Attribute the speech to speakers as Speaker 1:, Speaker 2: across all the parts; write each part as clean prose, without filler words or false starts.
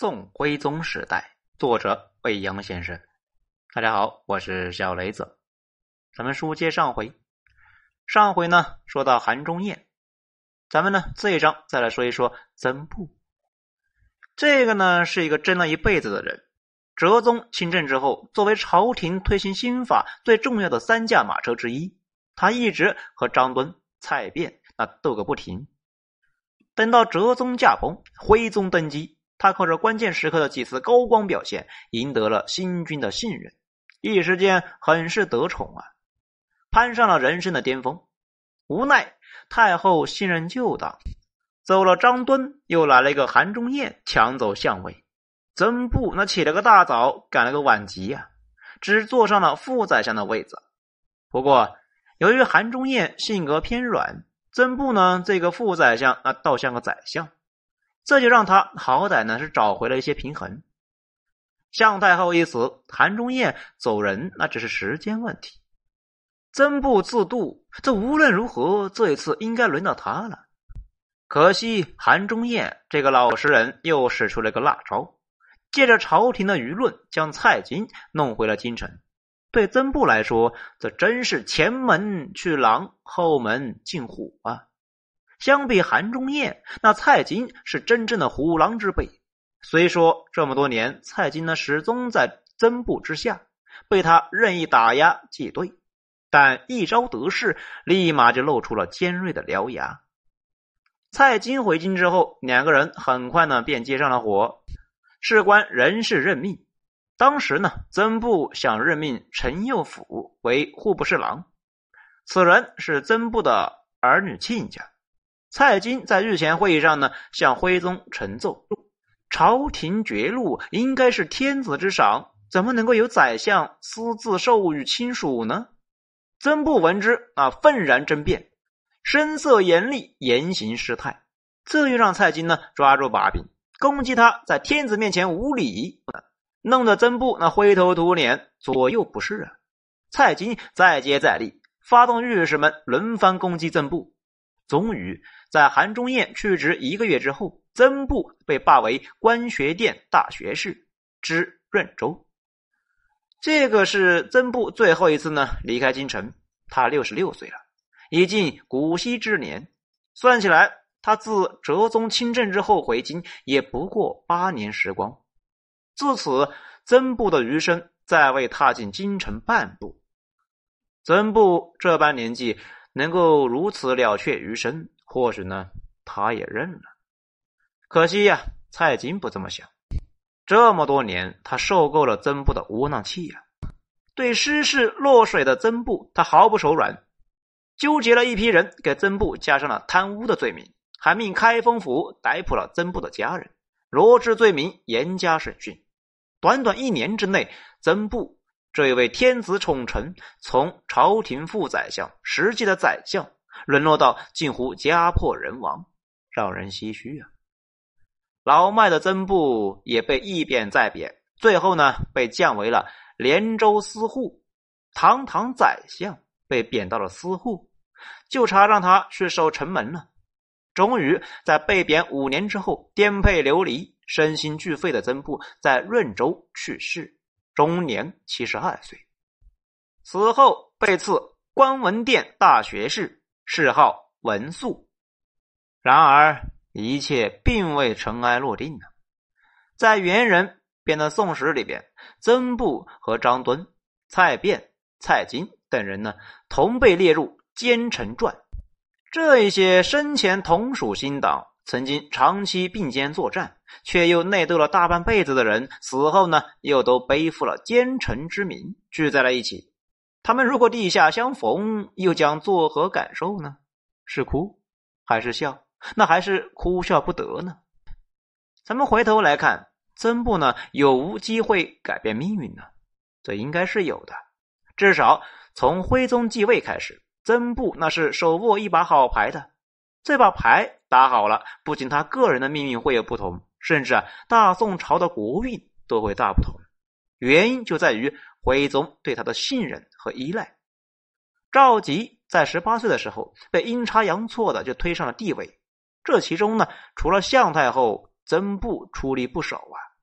Speaker 1: 宋徽宗时代，作者未央先生。大家好，我是小雷子。咱们书接上回，呢说到韩忠彦，咱们呢这一章再来说一说曾布。这个呢是一个争了一辈子的人。哲宗亲政之后，作为朝廷推行新法最重要的3驾马车之一，他一直和张敦、蔡卞那斗个不停。等到哲宗驾崩，徽宗登基，他靠着关键时刻的几次高光表现，赢得了新君的信任，一时间很是得宠啊，攀上了人生的巅峰。无奈太后信任旧党，走了张敦，又来了一个韩忠彦抢走相位。曾布那起了个大早，赶了个晚集啊，只坐上了副宰相的位子。不过由于韩忠彦性格偏软，曾布呢这个副宰相那倒像个宰相，这就让他好歹呢是找回了一些平衡。向太后一死，韩忠彦走人那只是时间问题。曾布自度，这无论如何这一次应该轮到他了。可惜韩忠彦这个老实人又使出了个辣招，借着朝廷的舆论将蔡京弄回了京城。对曾布来说，这真是前门去狼，后门进虎啊。相比韩忠彦，那蔡京是真正的虎狼之辈。虽说这么多年蔡京呢始终在曾布之下，被他任意打压挤兑，但一招得势，立马就露出了尖锐的獠牙。蔡京回京之后，两个人很快呢便接上了火，事关人事任命。当时呢，曾布想任命陈佑甫为户部侍郎，此人是曾布的儿女亲家。蔡京在日前会议上呢，向徽宗陈奏，朝廷爵禄应该是天子之赏，怎么能够有宰相私自授予亲属呢？曾布闻之愤然争辩，声色严厉，言行失态，这就让蔡京呢抓住把柄，攻击他在天子面前无礼，弄得曾布那灰头土脸，左右不是啊。蔡京再接再厉，发动御史们轮番攻击曾布。终于在韩忠彦去职1个月之后，曾布被罢为官学殿大学士，知润州。这个是曾布最后一次呢离开京城，他66岁了，已近古稀之年。算起来，他自哲宗亲政之后回京也不过8年时光。自此，曾布的余生再未踏进京城半步。曾布这般年纪能够如此了却余生，或许呢他也认了。可惜呀，蔡京不这么想。这么多年他受够了曾布的窝囊气呀。对失势落水的曾布他毫不手软，纠结了一批人给曾布加上了贪污的罪名，还命开封府逮捕了曾布的家人，罗织罪名，严加审讯。短短1年之内，曾布这一位天子宠臣，从朝廷副宰相，实际的宰相，沦落到近乎家破人亡，让人唏嘘啊。老迈的曾布也被一贬再贬，最后呢被降为了连州司户，堂堂宰相被贬到了司户，就差让他去守城门了。终于在被贬5年之后，颠沛流离，身心俱废的曾布在润州去世，终年72岁。死后被赐光文殿大学士，谥号文肃。然而一切并未尘埃落定呢。在元人编的宋史里边，曾布和张敦、蔡卞、蔡京等人呢同被列入奸臣传。这一些生前同属新党，曾经长期并肩作战，却又内斗了大半辈子的人，死后呢又都背负了奸臣之名，聚在了一起。他们如果地下相逢，又将作何感受呢？是哭还是笑？那还是哭笑不得呢？咱们回头来看，曾布呢有无机会改变命运呢？这应该是有的。至少从徽宗继位开始，曾布那是手握一把好牌的。这把牌打好了，不仅他个人的命运会有不同，甚至大宋朝的国运都会大不同。原因就在于徽宗对他的信任和依赖。赵佶在18岁的时候被阴差阳错的就推上了帝位，这其中呢，除了向太后，曾布出力不少啊。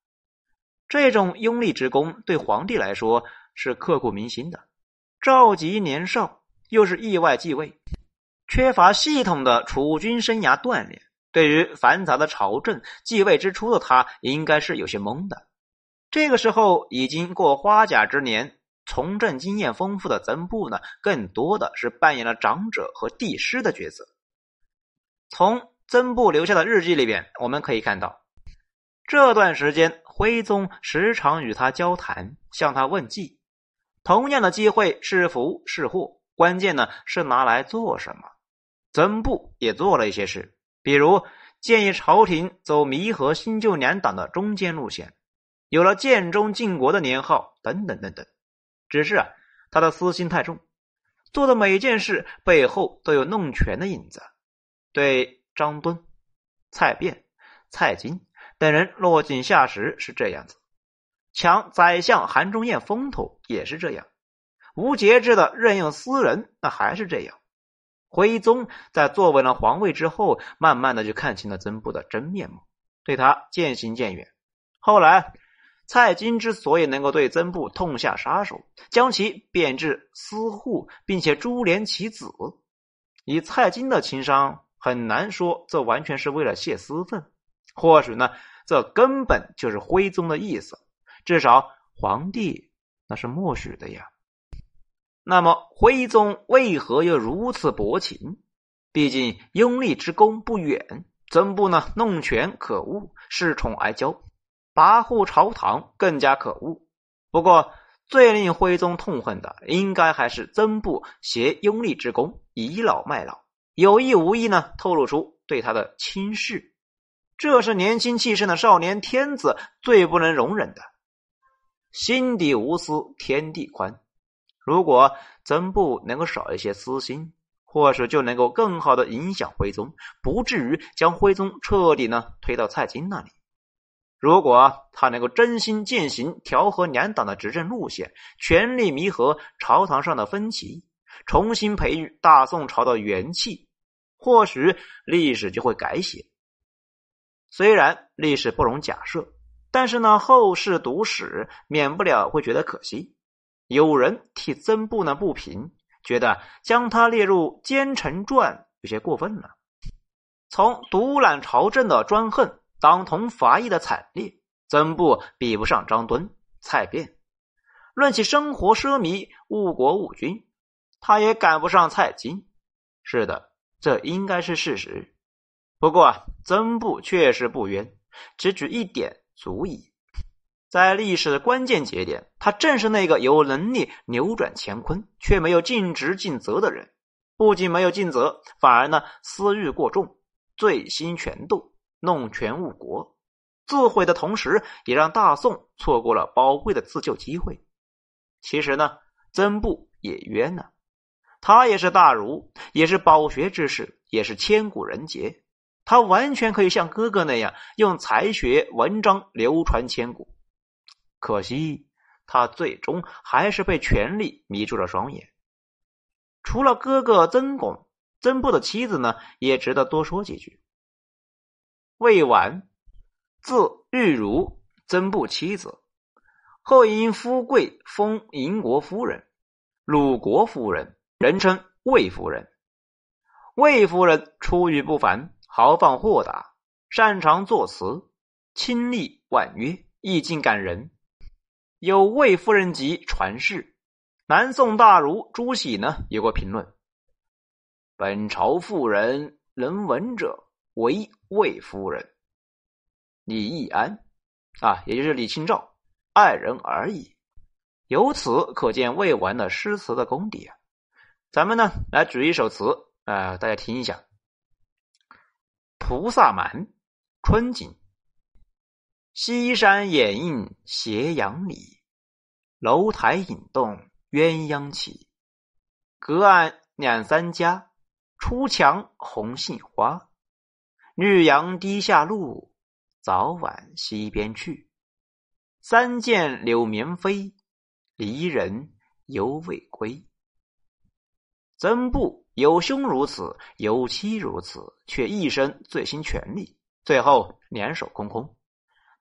Speaker 1: 这种拥立之功对皇帝来说是刻骨铭心的。赵佶年少，又是意外继位，缺乏系统的储君生涯锻炼，对于繁杂的朝政，继位之初的他应该是有些懵的。这个时候已经过花甲之年，从政经验丰富的曾布呢，更多的是扮演了长者和帝师的角色。从曾布留下的日记里边，我们可以看到，这段时间徽宗时常与他交谈，向他问计。同样的机会是福是祸，关键呢是拿来做什么。曾布也做了一些事，比如建议朝廷走弥和新旧两党的中间路线，有了建中靖国的年号等等等等。只是他的私心太重，做的每件事背后都有弄权的影子。对张敦、蔡卞、蔡京等人落井下石是这样子，抢宰相韩忠彦风头也是这样，无节制的任用私人那还是这样。徽宗在坐稳了皇位之后，慢慢的就看清了曾布的真面目，对他渐行渐远。后来蔡京之所以能够对曾布痛下杀手，将其贬至司户，并且株连其子，以蔡京的情商，很难说这完全是为了泄私愤，或许呢这根本就是徽宗的意思，至少皇帝那是默许的呀。那么徽宗为何又如此薄情？毕竟拥立之功不远，曾布呢弄权可恶，恃宠而骄，跋扈朝堂更加可恶。不过最令徽宗痛恨的应该还是曾布挟拥立之功倚老卖老，有意无意呢透露出对他的轻视，这是年轻气盛的少年天子最不能容忍的。心底无私天地宽，如果曾布能够少一些私心，或许就能够更好的影响徽宗，不至于将徽宗彻底呢推到蔡京那里。如果他能够真心践行调和两党的执政路线，全力弥合朝堂上的分歧，重新培育大宋朝的元气，或许历史就会改写。虽然历史不容假设，但是呢后世读史免不了会觉得可惜。有人替曾布呢不平，觉得将他列入奸臣传有些过分了。从独揽朝政的专横，党同伐异的惨烈，曾布比不上张敦、蔡卞。论起生活奢靡、误国误君，他也赶不上蔡京。是的，这应该是事实。不过曾布确实不冤，只举一点足矣。在历史的关键节点，他正是那个有能力扭转乾坤却没有尽职尽责的人。不仅没有尽责，反而呢私欲过重，醉心权斗，弄权误国，自毁的同时也让大宋错过了宝贵的自救机会。其实呢曾布也冤了，他也是大儒，也是饱学之士，也是千古人杰，他完全可以像哥哥那样用才学文章流传千古。可惜他最终还是被权力迷住了双眼。除了哥哥曾巩，曾布的妻子呢也值得多说几句。魏婉，字玉如，曾布妻子，后因夫贵封营国夫人、鲁国夫人，人称魏夫人。魏夫人出语不凡，豪放豁达，擅长作词，清丽婉约，意境感人。有魏夫人集传世，南宋大儒朱熹呢有过评论：本朝妇人能闻者为魏夫人，李易安也就是李清照爱人而已。由此可见魏婉的诗词的功底啊。咱们呢来举一首词大家听一下。菩萨蛮，春景。西山掩映斜阳里，楼台引动鸳鸯起。隔岸两三家，出墙红杏花。绿杨低下路，早晚西边去。三见柳绵飞，离人犹未归。曾布有兄如此，有妻如此，却一生醉心权力，最后两手空空。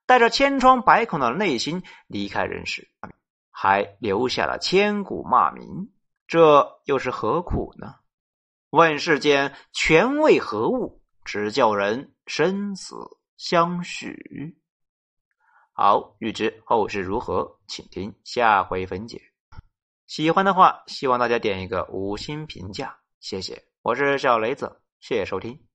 Speaker 1: 带着千疮百孔的内心离开人世，还留下了千古骂名，这又是何苦呢？问世间权为何物，只叫人生死相许。好，欲知后事如何，请听下回分解。喜欢的话，希望大家点一个5星评价，谢谢。我是小雷子，谢谢收听。